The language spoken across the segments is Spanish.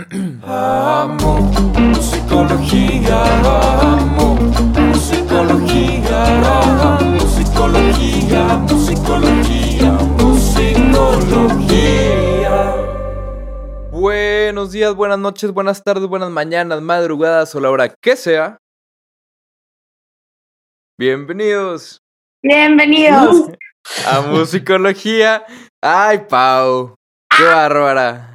Amo musicología, amo musicología, amo musicología, musicología, musicología. Buenos días, buenas noches, buenas tardes, buenas mañanas, madrugadas o la hora que sea. Bienvenidos Bienvenidos. a Musicología. Ay, Pau, qué bárbara.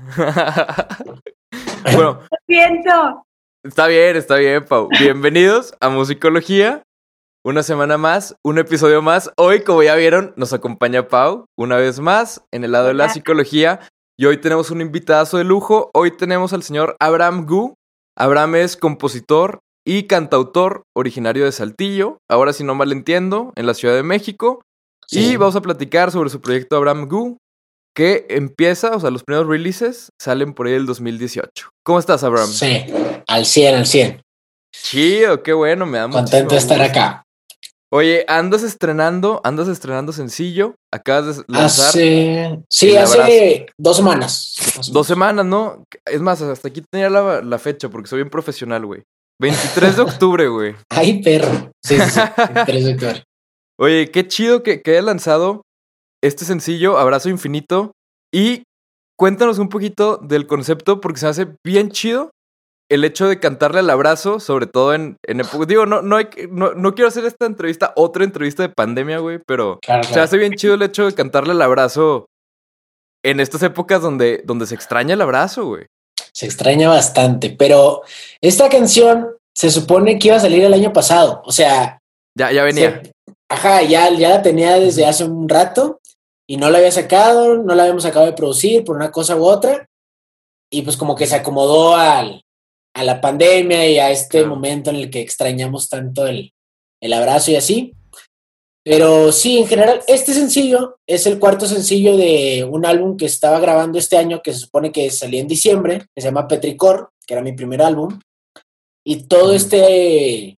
Bueno, Lo siento. está bien, Pau. Bienvenidos a Musicología. Una semana más, un episodio más. Hoy, como ya vieron, nos acompaña Pau una vez más en el lado de la psicología. Y hoy tenemos un invitadazo de lujo. Hoy tenemos al señor Abraham Gu. Abraham es compositor y cantautor originario de Saltillo. Ahora, si no mal entiendo, en la Ciudad de México. Sí. Y vamos a platicar sobre su proyecto Abraham Gu, que empieza, o sea, los primeros releases salen por ahí del 2018. ¿Cómo estás, Abraham? Sí, al 100, al 100. Chido, qué bueno, me da Contento de estar gusto. acá. Oye, andas estrenando sencillo. Acabas de lanzar Hace 2 semanas. 2 semanas, ¿no? Es más, hasta aquí tenía la fecha porque soy bien profesional, güey. 23 de octubre, güey. Ay, perro. Sí. 3 de octubre. Oye, qué chido que haya lanzado este sencillo, Abrazo Infinito. Y cuéntanos un poquito del concepto porque se me hace bien chido el hecho de cantarle al abrazo, sobre todo en época. Digo, no quiero hacer esta entrevista, otra entrevista de pandemia, güey, pero Claro. se me hace bien chido el hecho de cantarle al abrazo en estas épocas donde se extraña el abrazo, güey. Se extraña bastante, pero esta canción se supone que iba a salir el año pasado. O sea, Ya venía. ya la tenía desde hace un rato y no la había sacado, no la habíamos acabado de producir por una cosa u otra. Y pues como que se acomodó a la pandemia y a este Claro. momento en el que extrañamos tanto el abrazo y así. Pero sí, en general, este sencillo es el cuarto sencillo de un álbum que estaba grabando este año, que se supone que salía en diciembre, que se llama Petricor, que era mi primer álbum. Y todo este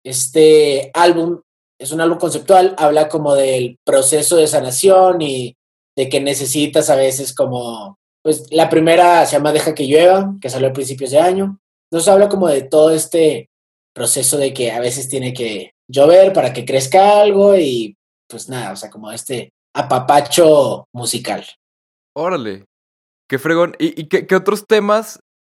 álbum es un álbum conceptual, habla como del proceso de sanación y de que necesitas a veces como, pues la primera se llama Deja que llueva, que salió a principios de año. Nos habla como de todo este proceso de que a veces tiene que llover para que crezca algo y pues nada, o sea, como este apapacho musical. Órale. Qué fregón. ¿Y qué otros temas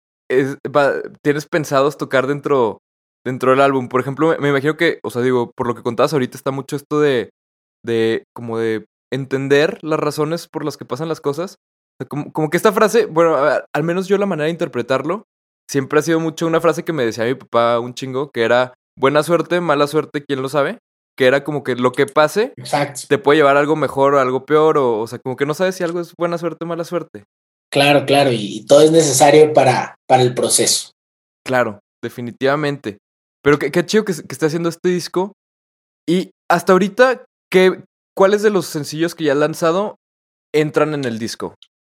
tienes pensados tocar dentro del álbum? Por ejemplo, me imagino que, o sea, digo, por lo que contabas ahorita está mucho esto de como de entender las razones por las que pasan las cosas. O sea, como que esta frase, bueno, a ver, al menos yo la manera de interpretarlo, siempre ha sido mucho una frase que me decía mi papá un chingo, que era buena suerte, mala suerte, ¿quién lo sabe? Que era como que lo que pase Exacto. te puede llevar a algo mejor o algo peor, o sea, como que no sabes si algo es buena suerte o mala suerte. Claro, y todo es necesario para el proceso. Claro, definitivamente. Pero qué chido que esté haciendo este disco. Y hasta ahorita, ¿cuáles de los sencillos que ya has lanzado entran en el disco?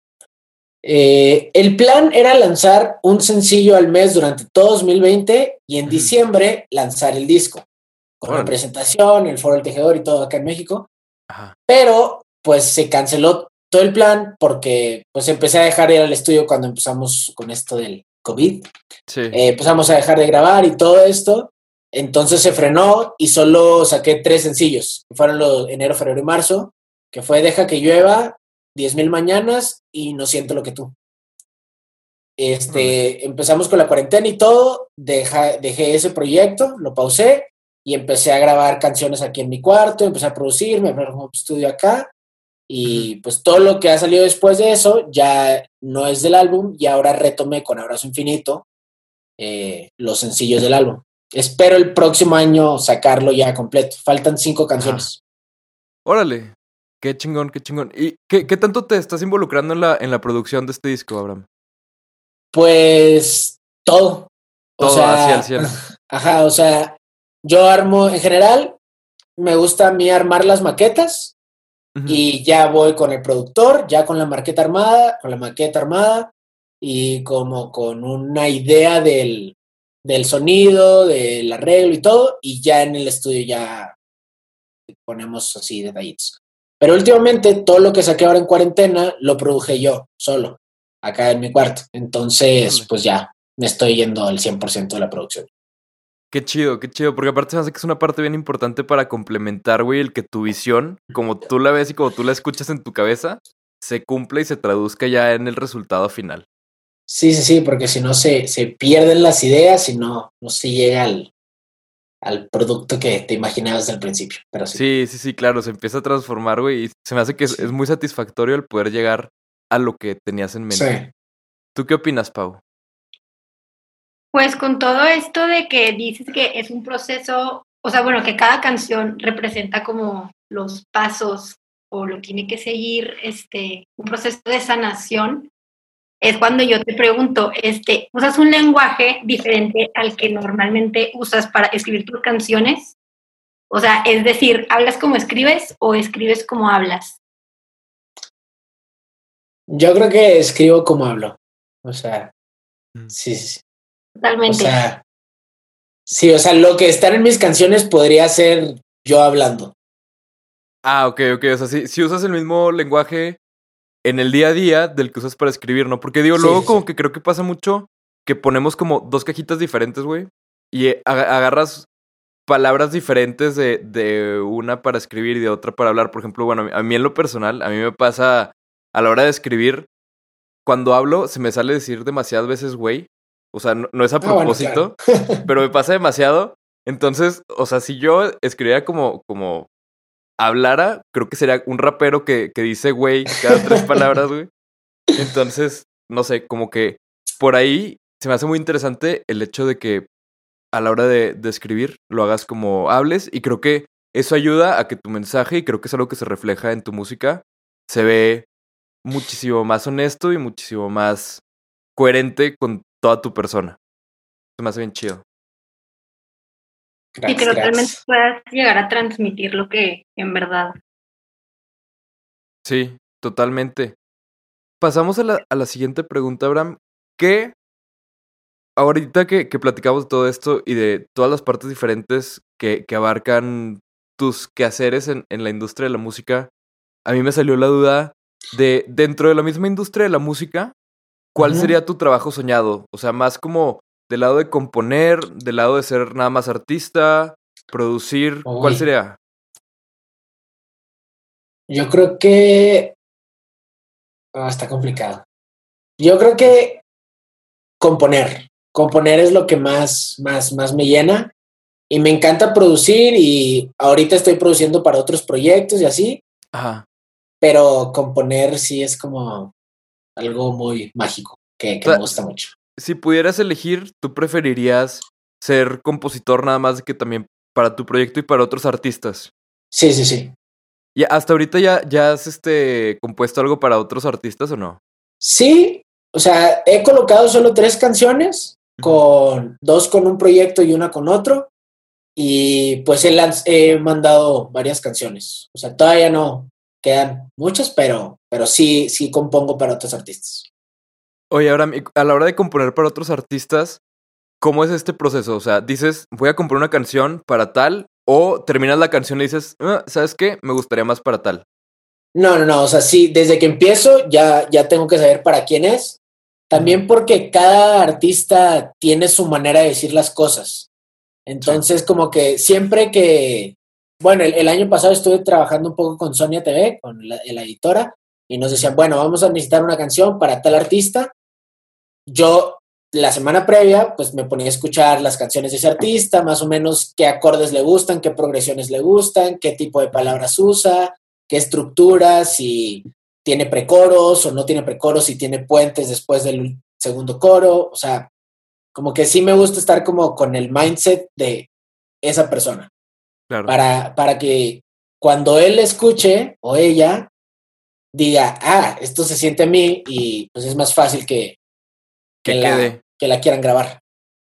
El plan era lanzar un sencillo al mes durante todo 2020 y en diciembre lanzar el disco. Con la presentación, el foro del tejedor y todo acá en México. Ajá. Pero pues se canceló todo el plan porque pues empecé a dejar de ir al estudio cuando empezamos con esto del COVID. Sí. Empezamos a dejar de grabar y todo esto. Entonces se frenó y solo saqué 3 sencillos, que fueron los enero, febrero y marzo, que fue Deja que llueva, 10,000 mañanas y No siento lo que tú. Empezamos con la cuarentena y todo, dejé ese proyecto, lo pausé y empecé a grabar canciones aquí en mi cuarto, empecé a producir, me abrí un estudio acá y pues todo lo que ha salido después de eso ya no es del álbum y ahora retomé con Abrazo Infinito los sencillos del álbum. Espero el próximo año sacarlo ya completo. Faltan 5 canciones. Órale, qué chingón. ¿Y qué tanto te estás involucrando en la producción de este disco, Abraham? Pues todo. Todo, o sea, así al cielo. Ajá, o sea, yo armo, en general, me gusta a mí armar las maquetas y ya voy con el productor, ya con la maqueta armada y como con una idea del sonido, del arreglo y todo, y ya en el estudio ya ponemos así detallitos. Pero últimamente todo lo que saqué ahora en cuarentena lo produje yo, solo. acá en mi cuarto. Entonces, Órale. pues ya me estoy yendo al 100% de la producción. Qué chido, porque aparte se me hace que es una parte bien importante para complementar, güey, el que tu visión, como tú la ves y como tú la escuchas en tu cabeza, se cumpla y se traduzca ya en el resultado final. Sí, porque si no se pierden las ideas y no se llega al producto que te imaginabas desde el principio. Pero sí. Sí, claro, se empieza a transformar, güey, y se me hace que es Sí. muy satisfactorio el poder llegar a lo que tenías en mente. Sí. ¿Tú qué opinas, Pau? Pues con todo esto de que dices que es un proceso, o sea, bueno, que cada canción representa como los pasos o lo tiene que seguir, un proceso de sanación, es cuando yo te pregunto, ¿usas un lenguaje diferente al que normalmente usas para escribir tus canciones? O sea, es decir, ¿hablas como escribes o escribes como hablas? Yo creo que escribo como hablo. O sea, sí. O Totalmente. sea, sí, o sea, lo que están en mis canciones podría ser yo hablando. Ah, ok, o sea, si usas el mismo lenguaje en el día a día del que usas para escribir, ¿no? Porque digo, luego como Sí. que creo que pasa mucho que ponemos como dos cajitas diferentes, güey, y agarras palabras diferentes de una para escribir y de otra para hablar. Por ejemplo, bueno, a mí en lo personal, a mí me pasa a la hora de escribir, cuando hablo se me sale decir demasiadas veces, güey. O sea, no es a Bueno, claro. propósito, pero me pasa demasiado. Entonces, o sea, si yo escribiera como hablara, creo que sería un rapero que dice güey cada 3 palabras, güey. Entonces, no sé, como que por ahí se me hace muy interesante el hecho de que a la hora de escribir lo hagas como hables y creo que eso ayuda a que tu mensaje, y creo que es algo que se refleja en tu música, se ve muchísimo más honesto y muchísimo más coherente con toda tu persona. Se me hace bien chido. Y que Cracks, totalmente cracks. puedas llegar a transmitir lo que en verdad. Sí, totalmente. Pasamos a la siguiente pregunta, Abraham. ¿Qué ahorita que platicamos de todo esto y de todas las partes diferentes que abarcan tus quehaceres en la industria de la música, a mí me salió la duda de, dentro de la misma industria de la música, ¿cuál Ujú. sería tu trabajo soñado? O sea, más como del lado de componer, del lado de ser nada más artista, producir, ¿cuál Uy, sería? yo creo que está complicado. Yo creo que componer. Componer es lo que más me llena. Y me encanta producir y ahorita estoy produciendo para otros proyectos y así, Ajá. pero componer sí es como algo muy mágico O que me sea, gusta mucho. si pudieras elegir, ¿tú preferirías ser compositor nada más que también para tu proyecto y para otros artistas? Sí. ¿Y hasta ahorita ya has compuesto algo para otros artistas o no? Sí, o sea, he colocado solo 3 canciones, Ujú. con 2 con un proyecto y una con otro, y pues he mandado varias canciones. O sea, todavía no quedan muchas, pero sí compongo para otros artistas. Oye, ahora, a la hora de componer para otros artistas, ¿cómo es este proceso? O sea, dices, voy a componer una canción para tal, o terminas la canción y dices, ¿sabes qué? Me gustaría más para tal. No, o sea, sí, desde que empiezo ya tengo que saber para quién es. Ujú. También porque cada artista tiene su manera de decir las cosas. Sí. Entonces, como que siempre que, bueno, el año pasado estuve trabajando un poco con Sonia TV, con la editora, y nos decían, Ujú. bueno, vamos a necesitar una canción para tal artista. Yo, la semana previa, pues me ponía a escuchar las canciones de ese artista, más o menos qué acordes le gustan, qué progresiones le gustan, qué tipo de Ujú. palabras usa, qué estructuras, si tiene precoros o no tiene precoros, si tiene puentes después del segundo coro. O sea, como que sí me gusta estar como con el mindset de esa persona, Claro. para que cuando él escuche o ella diga, esto se siente a mí y pues es más fácil que Que la, quede. que la quieran grabar.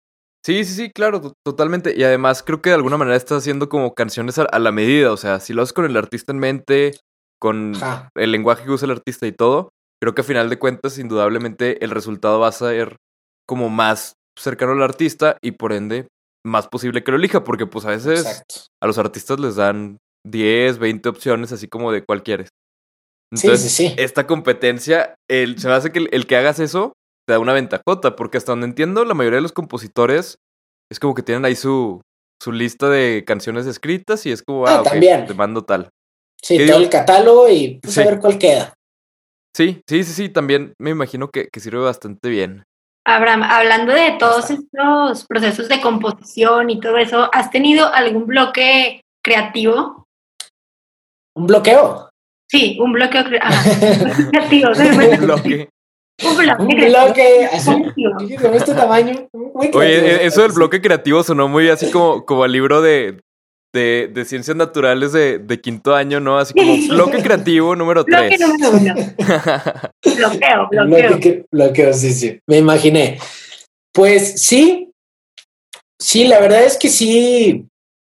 Sí, claro, totalmente. Y además creo que de alguna manera estás haciendo como canciones a la medida. O sea, si lo haces con el artista en mente, con Ajá, el lenguaje que usa el artista y todo, creo que a final de cuentas, indudablemente, el resultado va a ser como más cercano al artista y por ende más posible que lo elija. Porque pues a veces exacto. a los artistas les dan 10, 20 opciones así como de cuál quieres. Entonces, sí. esta competencia, se me hace que el que hagas eso te da una ventajota, porque hasta donde entiendo, la mayoría de los compositores es como que tienen ahí su lista de canciones escritas y es como, ok, también. te mando tal. Sí, ¿Qué todo digo? el catálogo y pues Sí. a ver cuál queda. Sí, también me imagino que sirve bastante bien. Abraham, hablando de todos está. estos procesos de composición y todo eso, ¿has tenido algún bloque creativo? ¿Un bloqueo? Sí, un bloqueo creativo. Un bloque. Un bloque Un creativo. bloque así, Creativo. de este tamaño. Muy creativo. Oye, eso del Sí. bloque creativo sonó muy así como al libro de ciencias naturales de quinto año, ¿no? Así como bloque creativo número Bloque 3. número 1. Bloqueo. Bloqueo, sí. Me imaginé. Pues sí, la verdad es que sí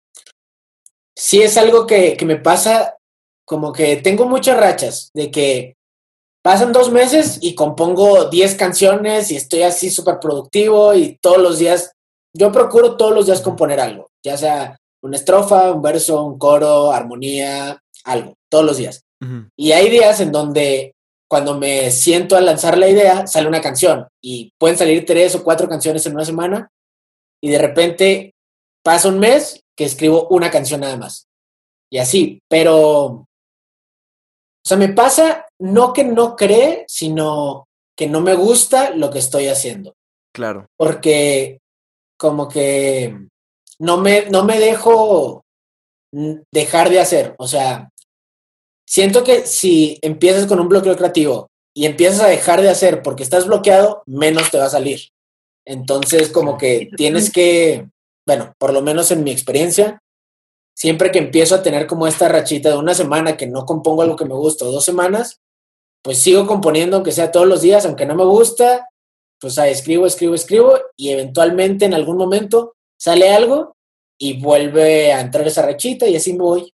es algo que me pasa, como que tengo muchas rachas, de que pasan 2 meses y compongo 10 canciones y estoy así súper productivo y todos los días, yo procuro todos los días componer algo, ya sea una estrofa, un verso, un coro, armonía, algo, todos los días. Ujú. Y hay días en donde cuando me siento a lanzar la idea, sale una canción y pueden salir 3 o 4 canciones en una semana y de repente pasa un mes que escribo una canción nada más. Y así, pero, o sea, me pasa no que no cree, sino que no me gusta lo que estoy haciendo. Claro. Porque como que no me dejo dejar de hacer. O sea, siento que si empiezas con un bloqueo creativo y empiezas a dejar de hacer porque estás bloqueado, menos te va a salir. Entonces, como que tienes que, bueno, por lo menos en mi experiencia, siempre que empiezo a tener como esta rachita de una semana que no compongo algo que me gusta, o 2 semanas, pues sigo componiendo, aunque sea todos los días, aunque no me gusta, pues escribo, y eventualmente en algún momento sale algo y vuelve a entrar esa rachita y así me voy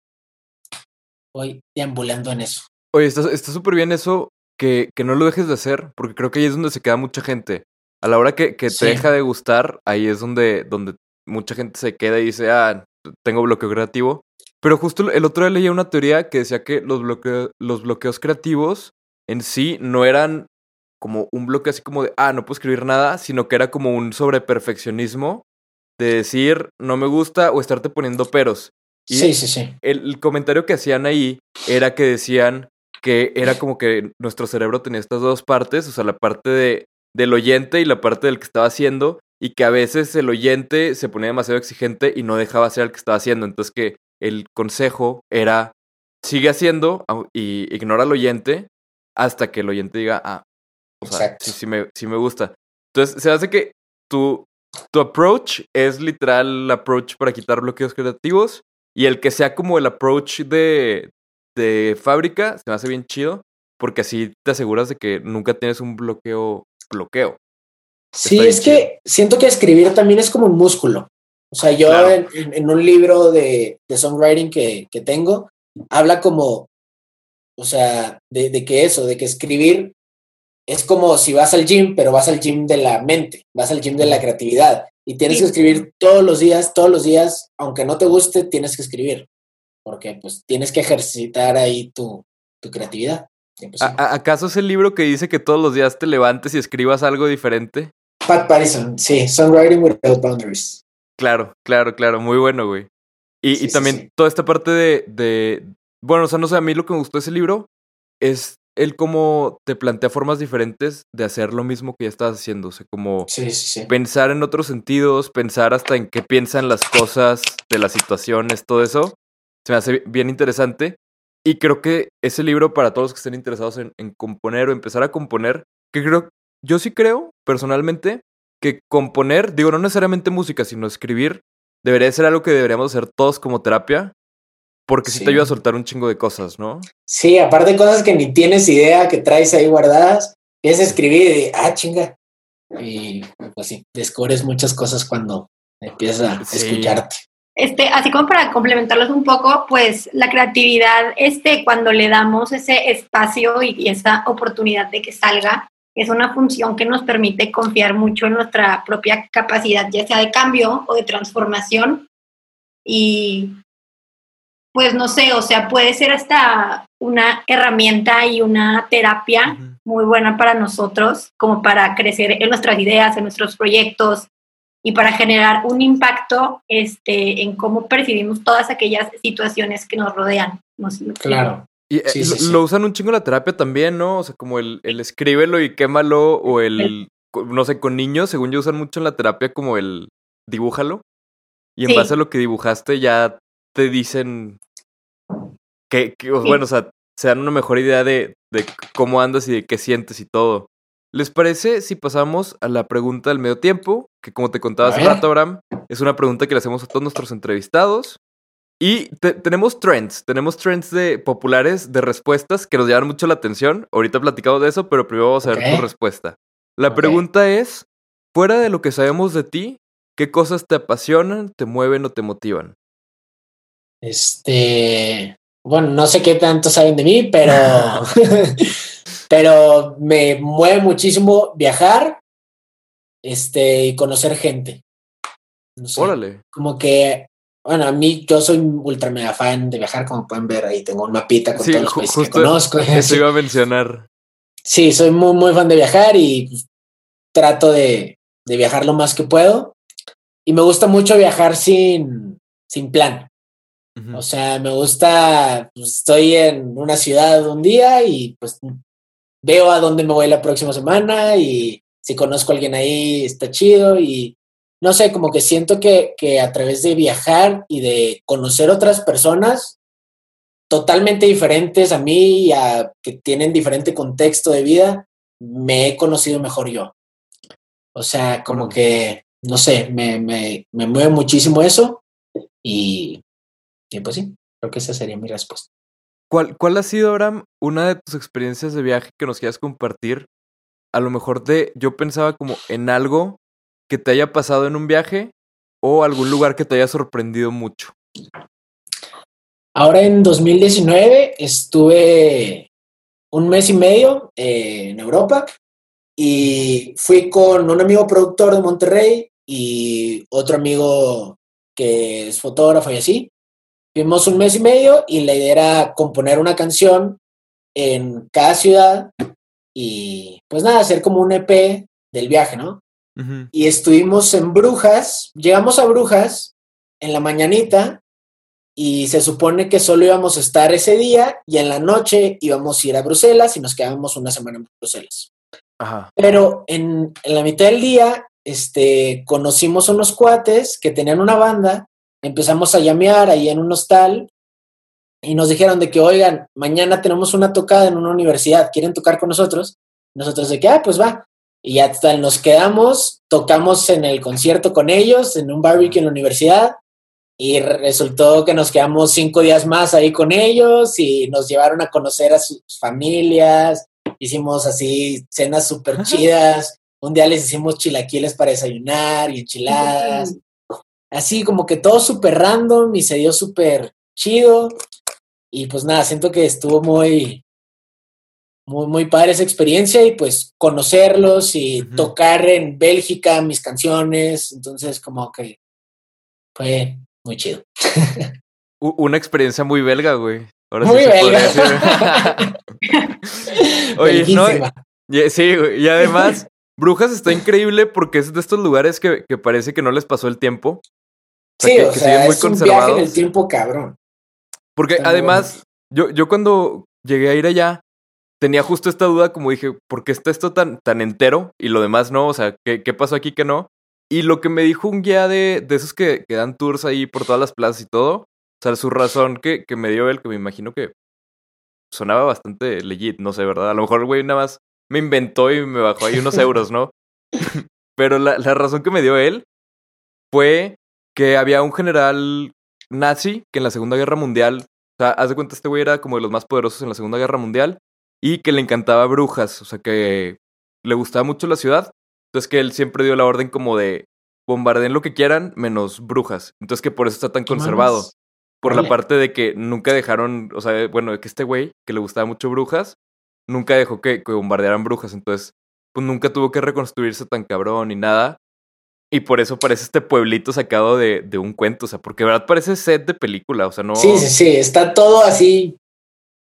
deambulando en eso. Oye, está súper bien eso que no lo dejes de hacer, porque creo que ahí es donde se queda mucha gente. A la hora que Sí. te deja de gustar, ahí es donde mucha gente se queda y dice, tengo bloqueo creativo. Pero justo el otro día leía una teoría que decía que los bloqueos creativos en sí no eran como un bloqueo así como de, no puedo escribir nada, sino que era como un sobreperfeccionismo de decir, no me gusta o estarte poniendo peros. Y Sí. el comentario que hacían ahí era que decían que era como que nuestro cerebro tenía estas dos partes, o sea, la parte del oyente y la parte del que estaba haciendo, y que a veces el oyente se ponía demasiado exigente y no dejaba hacer al que estaba haciendo. Entonces que el consejo era, sigue haciendo y ignora al oyente hasta que el oyente diga, o sea, Exacto. sí me gusta. Entonces se hace que tu approach es literal el approach para quitar bloqueos creativos, y el que sea como el approach de fábrica se me hace bien chido, porque así te aseguras de que nunca tienes un bloqueo. Sí, Está es bien que siento que escribir también es como un músculo. O sea, yo Claro. en un libro de songwriting que tengo, habla como, o sea, de que eso, de que escribir es como si vas al gym, pero vas al gym de la mente, vas al gym de la creatividad. Y tienes Sí. que escribir todos los días, aunque no te guste, tienes que escribir. Porque pues tienes que ejercitar ahí tu creatividad. Y, pues, sí. ¿Acaso es el libro que dice que todos los días te levantes y escribas algo diferente? Pat Pattison, sí, Songwriting Without Boundaries. Claro, muy bueno, güey. Y también Sí. toda esta parte de... Bueno, o sea, no sé, a mí lo que me gustó de ese libro es el cómo te plantea formas diferentes de hacer lo mismo que ya estás haciendo. O sea, como Sí. pensar en otros sentidos, pensar hasta en qué piensan las cosas de las situaciones, todo eso. Se me hace bien interesante. Y creo que ese libro, para todos los que estén interesados en componer o empezar a componer, yo sí creo, personalmente, que componer, digo, no necesariamente música, sino escribir, debería ser algo que deberíamos hacer todos como terapia, porque sí te ayuda a soltar un chingo de cosas, ¿no? Sí, aparte de cosas que ni tienes idea, que traes ahí guardadas, es escribir y chinga. Y pues sí, descubres muchas cosas cuando empiezas a escucharte. Así como para complementarlos un poco, pues la creatividad, cuando le damos ese espacio y esa oportunidad de que salga, es una función que nos permite confiar mucho en nuestra propia capacidad, ya sea de cambio o de transformación. Y pues no sé, o sea, puede ser hasta una herramienta y una terapia muy buena para nosotros, como para crecer en nuestras ideas, en nuestros proyectos y para generar un impacto en cómo percibimos todas aquellas situaciones que nos rodean. No sé si me explico. Claro. Y Sí. lo usan un chingo en la terapia también, ¿no? O sea, como el escríbelo y quémalo, o no sé, con niños, según yo, usan mucho en la terapia como el dibújalo. Y en Sí. base a lo que dibujaste ya te dicen bueno, o sea, se dan una mejor idea de cómo andas y de qué sientes y todo. ¿Les parece si pasamos a la pregunta del medio tiempo? Que como te contaba hace rato, Abraham, es una pregunta que le hacemos a todos nuestros entrevistados. Y tenemos trends de populares de respuestas que nos llaman mucho la atención. Ahorita platicamos de eso, pero primero vamos a ver tu respuesta. La pregunta es, fuera de lo que sabemos de ti, ¿qué cosas te apasionan, te mueven o te motivan? Bueno, no sé qué tanto saben de mí, pero pero me mueve muchísimo viajar, y conocer gente. No sé. Órale. Como que, bueno, a mí yo soy ultra mega fan de viajar, como pueden ver ahí tengo un mapita con todos los países que conozco. Eso iba a mencionar. Sí, soy muy, muy fan de viajar y trato de viajar lo más que puedo. Y me gusta mucho viajar sin plan. O sea, me gusta, pues, estoy en una ciudad un día y pues veo a dónde me voy la próxima semana y si conozco a alguien ahí está chido y no sé, como que siento que a través de viajar y de conocer otras personas totalmente diferentes a mí y que tienen diferente contexto de vida, me he conocido mejor yo. O sea, como que, no sé, me mueve muchísimo eso y pues sí, creo que esa sería mi respuesta. ¿Cuál ha sido, Abraham, una de tus experiencias de viaje que nos quieras compartir? A lo mejor yo pensaba como en algo que te haya pasado en un viaje o algún lugar que te haya sorprendido mucho. Ahora en 2019 estuve un mes y medio en Europa y fui con un amigo productor de Monterrey y otro amigo que es fotógrafo y así. Fuimos un mes y medio y la idea era componer una canción en cada ciudad y pues nada, hacer como un EP del viaje, ¿no? Uh-huh. Y estuvimos en Brujas, llegamos a Brujas en la mañanita y se supone que solo íbamos a estar ese día y en la noche íbamos a ir a Bruselas y nos quedábamos una semana en Bruselas. Ajá. Pero en la mitad del día conocimos unos cuates que tenían una banda, empezamos a llamear ahí en un hostal y nos dijeron de que, oigan, mañana tenemos una tocada en una universidad, ¿quieren tocar con nosotros? Nosotros de que, pues va. Y ya nos quedamos, tocamos en el concierto con ellos, en un barbecue en la universidad, y resultó que nos quedamos 5 días más ahí con ellos y nos llevaron a conocer a sus familias, hicimos así cenas súper chidas, un día les hicimos chilaquiles para desayunar y enchiladas, así como que todo súper random y se dio súper chido. Y pues nada, siento que estuvo muy, muy, muy padre esa experiencia y pues conocerlos y tocar en Bélgica mis canciones. Entonces como que fue muy chido. Una experiencia muy belga, güey. Ahora muy sí belga. Oye, no, sí, güey. Y además, Brujas está increíble porque es de estos lugares que parece que no les pasó el tiempo. O sea, que siguen muy es conservados. Un viaje en el tiempo cabrón. Porque está además, yo cuando llegué a ir allá, tenía justo esta duda, como dije, ¿por qué está esto tan entero? Y lo demás no, o sea, ¿qué pasó aquí que no? Y lo que me dijo un guía de esos que dan tours ahí por todas las plazas y todo, o sea, su razón que me dio él, que me imagino que sonaba bastante legit, no sé, ¿verdad? A lo mejor el güey nada más me inventó y me bajó ahí unos euros, ¿no? Pero la razón que me dio él fue que había un general nazi que en la Segunda Guerra Mundial, o sea, haz de cuenta, este güey era como de los más poderosos en la Segunda Guerra Mundial y que le encantaba Brujas, o sea, que le gustaba mucho la ciudad, entonces que él siempre dio la orden como de bombardeen lo que quieran menos Brujas, entonces que por eso está tan conservado, por la parte de que nunca dejaron, o sea, bueno, que este güey que le gustaba mucho Brujas, nunca dejó que bombardearan Brujas, entonces pues nunca tuvo que reconstruirse tan cabrón ni nada. Y por eso parece este pueblito sacado de un cuento, o sea, porque de verdad parece set de película, o sea, no... Sí, está todo así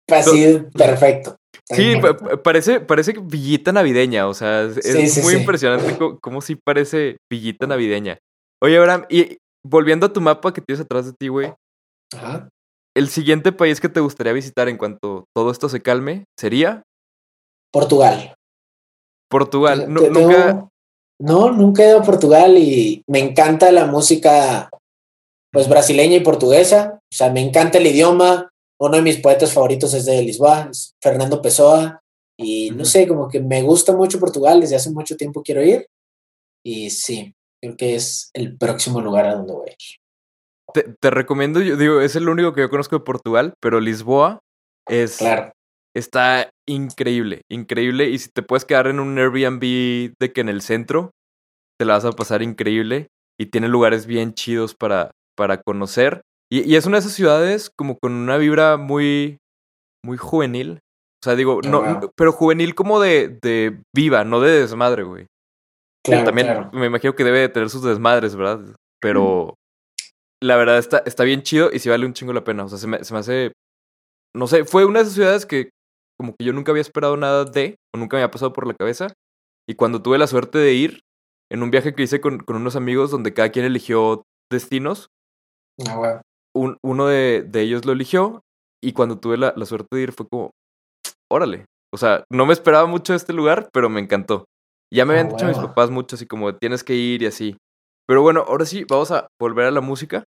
así perfecto. Sí, parece villita navideña, o sea, es muy impresionante cómo sí parece villita navideña. Oye, Abraham, y volviendo a tu mapa que tienes atrás de ti, güey, Ajá. ¿el siguiente país que te gustaría visitar en cuanto todo esto se calme sería? Portugal. Portugal. Nunca... No, nunca he ido a Portugal y me encanta la música, pues, brasileña y portuguesa. O sea, me encanta el idioma. Uno de mis poetas favoritos es de Lisboa, es Fernando Pessoa. Y no sé, como que me gusta mucho Portugal. Desde hace mucho tiempo quiero ir. Y sí, creo que es el próximo lugar a donde voy a ir. Te recomiendo, yo digo, es el único que yo conozco de Portugal, pero Lisboa Claro. Está increíble, increíble. Y si te puedes quedar en un Airbnb de que en el centro, te la vas a pasar increíble. Y tiene lugares bien chidos para conocer. Y es una de esas ciudades como con una vibra muy, muy juvenil. O sea, digo, no, pero juvenil como de viva, no de desmadre, güey. Claro, también claro. me imagino que debe de tener sus desmadres, ¿verdad? Pero la verdad está bien chido y sí vale un chingo la pena. O sea, se me hace... No sé, fue una de esas ciudades que como que yo nunca había esperado nada o nunca me había pasado por la cabeza. Y cuando tuve la suerte de ir en un viaje que hice con unos amigos donde cada quien eligió destinos, Bueno. uno de ellos lo eligió y cuando tuve la suerte de ir fue como, órale. O sea, no me esperaba mucho de este lugar, pero me encantó. Ya me habían dicho mis papás mucho así como tienes que ir y así. Pero bueno, ahora sí, vamos a volver a la música.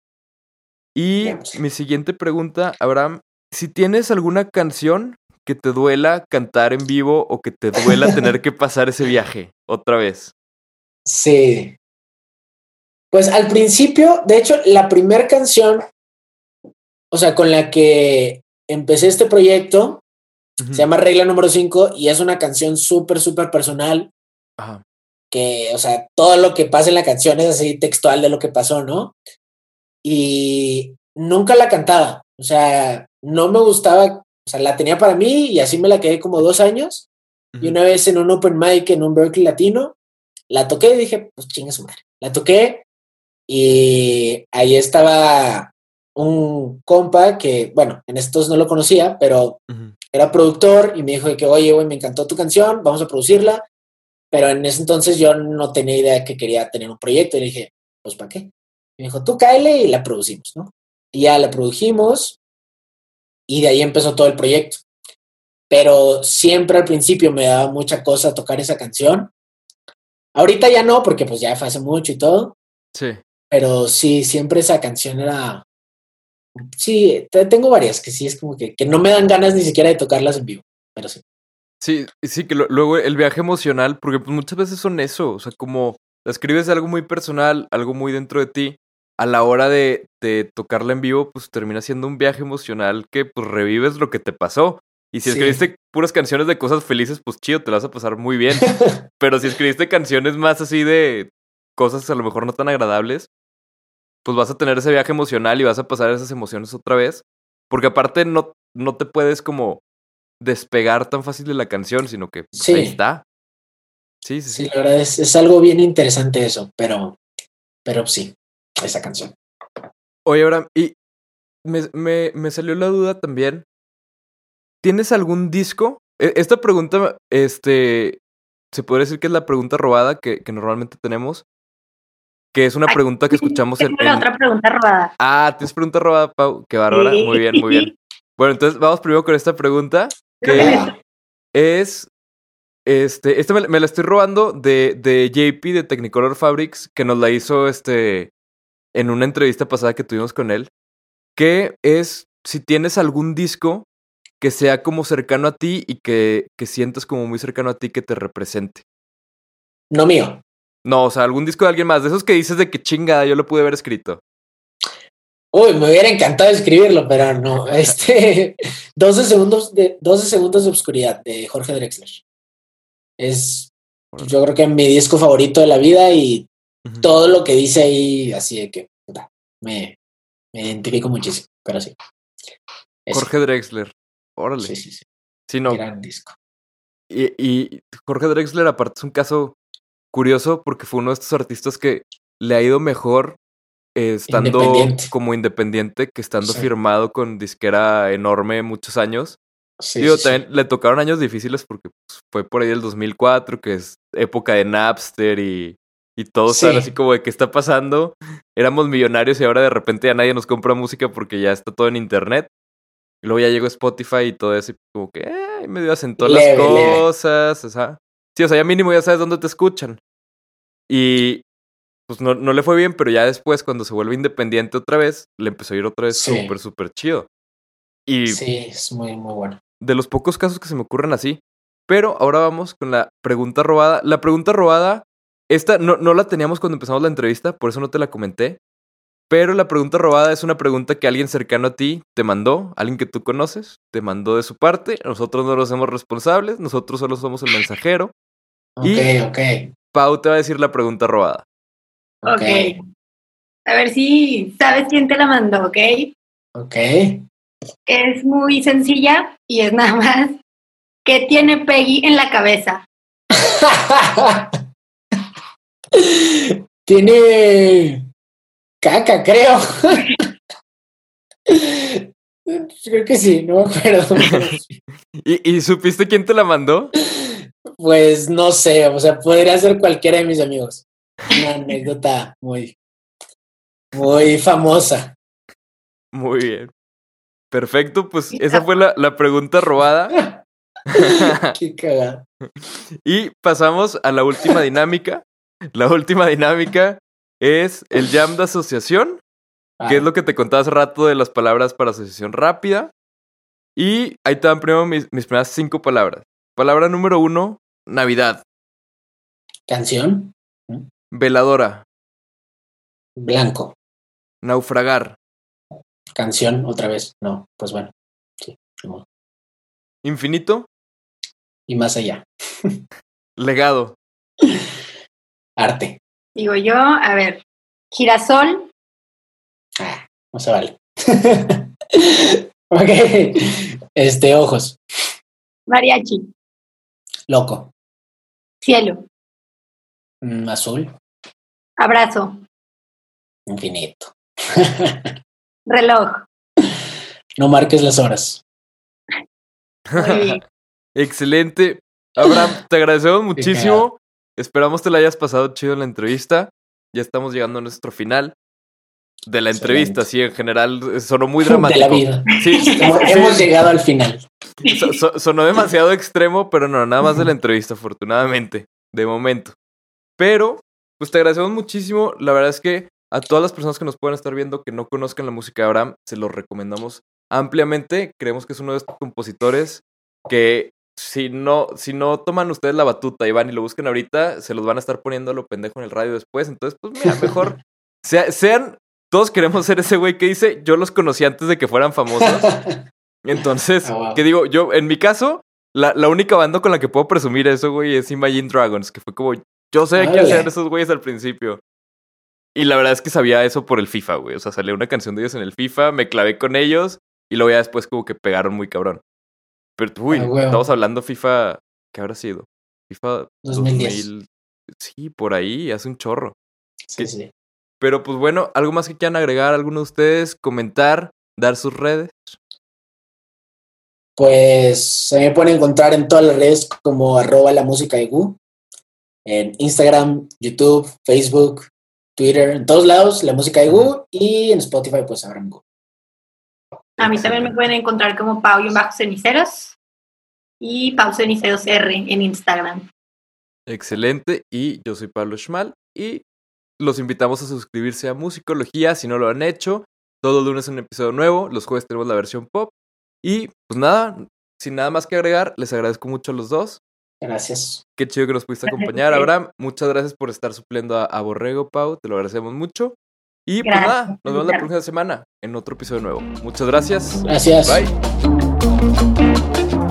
Y mi siguiente pregunta, Abraham, si tienes alguna canción que te duela cantar en vivo o que te duela tener que pasar ese viaje otra vez. Sí. Pues al principio, de hecho, la primera canción, o sea, con la que empecé este proyecto, se llama Regla número 5 y es una canción súper, súper personal. Ajá. Que, o sea, todo lo que pasa en la canción es así textual de lo que pasó, ¿no? Y nunca la cantaba, o sea, no me gustaba, o sea, la tenía para mí y así me la quedé como 2 años. Y una vez en un open mic en un Berkeley Latino, la toqué y dije, pues chinga su madre. La toqué y ahí estaba un compa que, bueno, en estos no lo conocía, pero era productor y me dijo que, oye, güey, me encantó tu canción, vamos a producirla. Pero en ese entonces yo no tenía idea de que quería tener un proyecto y le dije, pues ¿para qué? Y me dijo, tú cáele y la producimos, ¿no? Y ya la produjimos y de ahí empezó todo el proyecto. Pero siempre al principio me daba mucha cosa tocar esa canción. Ahorita ya no, porque pues ya fue hace mucho y todo. Sí. Pero sí, siempre esa canción era... Sí, tengo varias que sí es como que no me dan ganas ni siquiera de tocarlas en vivo, pero sí. Sí, que luego el viaje emocional, porque pues muchas veces son eso, o sea, como escribes algo muy personal, algo muy dentro de ti, a la hora de tocarla en vivo, pues termina siendo un viaje emocional que pues revives lo que te pasó. Y si escribiste puras canciones de cosas felices, pues chido, te la vas a pasar muy bien. Pero si escribiste canciones más así de cosas a lo mejor no tan agradables, pues vas a tener ese viaje emocional y vas a pasar esas emociones otra vez. Porque aparte no te puedes como despegar tan fácil de la canción, sino que pues, ahí está. Sí. Sí, la verdad es algo bien interesante eso, pero sí, esa canción. Oye, Abraham, y me salió la duda también. ¿Tienes algún disco? Esta pregunta, se podría decir que es la pregunta robada que normalmente tenemos. Que es una pregunta que escuchamos en... la otra pregunta robada. Ah, ¿tienes pregunta robada, Pau? Qué bárbara. Sí. Muy bien. Bueno, entonces vamos primero con esta pregunta. Que es... Esta me la estoy robando de JP de Technicolor Fabrics, que nos la hizo en una entrevista pasada que tuvimos con él. Que es si tienes algún disco que sea como cercano a ti y que sientas como muy cercano a ti que te represente. No mío. No, o sea, algún disco de alguien más, de esos que dices de que chingada, yo lo pude haber escrito. Uy, me hubiera encantado escribirlo, pero no. 12 segundos de obscuridad de Jorge Drexler. Yo creo que mi disco favorito de la vida y todo lo que dice ahí, así de que me identifico muchísimo, pero sí. Jorge Drexler, órale. Sí. Sí, no. Gran disco. Y Jorge Drexler aparte es un caso curioso porque fue uno de estos artistas que le ha ido mejor estando como independiente que estando firmado con disquera enorme muchos años. Sí, Digo, sí, también le tocaron años difíciles porque pues, fue por ahí el 2004, que es época de Napster y todos Sí. estaban así como de ¿qué está pasando? Éramos millonarios y ahora de repente ya nadie nos compra música porque ya está todo en internet. Y luego ya llegó Spotify y todo eso y como que medio asentó las Leve, leve. cosas, o sea. Sí, o sea, ya mínimo ya sabes dónde te escuchan. Y pues no le fue bien, pero ya después cuando se vuelve independiente otra vez, le empezó a ir otra vez Sí. súper, súper chido. Y Sí, es muy, muy bueno. de los pocos casos que se me ocurren así. Pero ahora vamos con la pregunta robada. La pregunta robada, esta no la teníamos cuando empezamos la entrevista, por eso no te la comenté. Pero la pregunta robada es una pregunta que alguien cercano a ti te mandó, alguien que tú conoces, te mandó de su parte. Nosotros no nos hacemos responsables, nosotros solo somos el mensajero. Ok, Y- ok. Pau te va a decir la pregunta robada. Ok. A ver si sabes quién te la mandó, ¿ok? Ok. Es muy sencilla y es nada más. ¿Qué tiene Peggy en la cabeza? Tiene caca, creo. Creo que sí, no me acuerdo. ¿Y supiste quién te la mandó? Pues no sé, o sea, podría ser cualquiera de mis amigos. Una anécdota muy, muy famosa. Muy bien. Perfecto, pues esa fue la pregunta robada. Qué cagada. Y pasamos a la última dinámica. La última dinámica es el jam de asociación, que es lo que te contaba hace rato de las palabras para asociación rápida. Y ahí te dan primero mis primeras 5 palabras. Palabra número 1, Navidad. Canción, Veladora. blanco. Naufragar. Canción, otra vez. No, pues bueno. Sí. No. Infinito. Y más allá. Legado. Arte. Digo yo, a ver, girasol, Ah, no se vale. Ok. Ojos. mariachi, Loco. cielo, Azul. abrazo, Infinito. reloj. No marques las horas. Muy bien. Excelente. Abraham, te agradecemos muchísimo. Esperamos te la hayas pasado chido en la entrevista. Ya estamos llegando a nuestro final de la entrevista. Sí, en general sonó muy dramático. De la vida. Sí, Hemos llegado al final. sonó demasiado extremo, pero no, nada más de la entrevista, afortunadamente, de momento. Pero, pues te agradecemos muchísimo. La verdad es que a todas las personas que nos puedan estar viendo que no conozcan la música de Abraham, se los recomendamos ampliamente. Creemos que es uno de estos compositores que si no toman ustedes la batuta y van y lo buscan ahorita, se los van a estar poniendo a lo pendejo en el radio después. Entonces, pues mira, mejor sean... Todos queremos ser ese güey que dice, yo los conocí antes de que fueran famosos. Entonces, Wow. ¿qué digo? Yo, en mi caso, la única banda con la que puedo presumir eso, güey, es Imagine Dragons, que fue como, yo sabía qué hacer esos güeyes al principio. Y la verdad es que sabía eso por el FIFA, güey. O sea, salió una canción de ellos en el FIFA, me clavé con ellos y luego ya después como que pegaron muy cabrón. Pero, uy, estamos hablando FIFA, ¿qué habrá sido? FIFA 2010. 2000, sí, por ahí, hace un chorro. Sí, sí. Pero pues bueno, ¿algo más que quieran agregar alguno de ustedes? Comentar, dar sus redes. Pues se me pueden encontrar en todas las redes como @lamusicaegu. En Instagram, YouTube, Facebook, Twitter, en todos lados, La Música de Gu. Y en Spotify, pues Abraham Gu. A mí también me pueden encontrar como Pau-Ceniceros y Pau Ceniceros R en Instagram. Excelente. Y yo soy Pablo Schmal y los invitamos a suscribirse a Musicología si no lo han hecho. Todos los lunes un episodio nuevo. Los jueves tenemos la versión pop. Y pues nada, sin nada más que agregar, les agradezco mucho a los dos. Gracias. Qué chido que nos pudiste acompañar, Abraham. Muchas gracias por estar supliendo a Borrego, Pau. Te lo agradecemos mucho. Y pues nada, nos vemos la próxima semana en otro episodio nuevo. Muchas gracias. Gracias. Bye.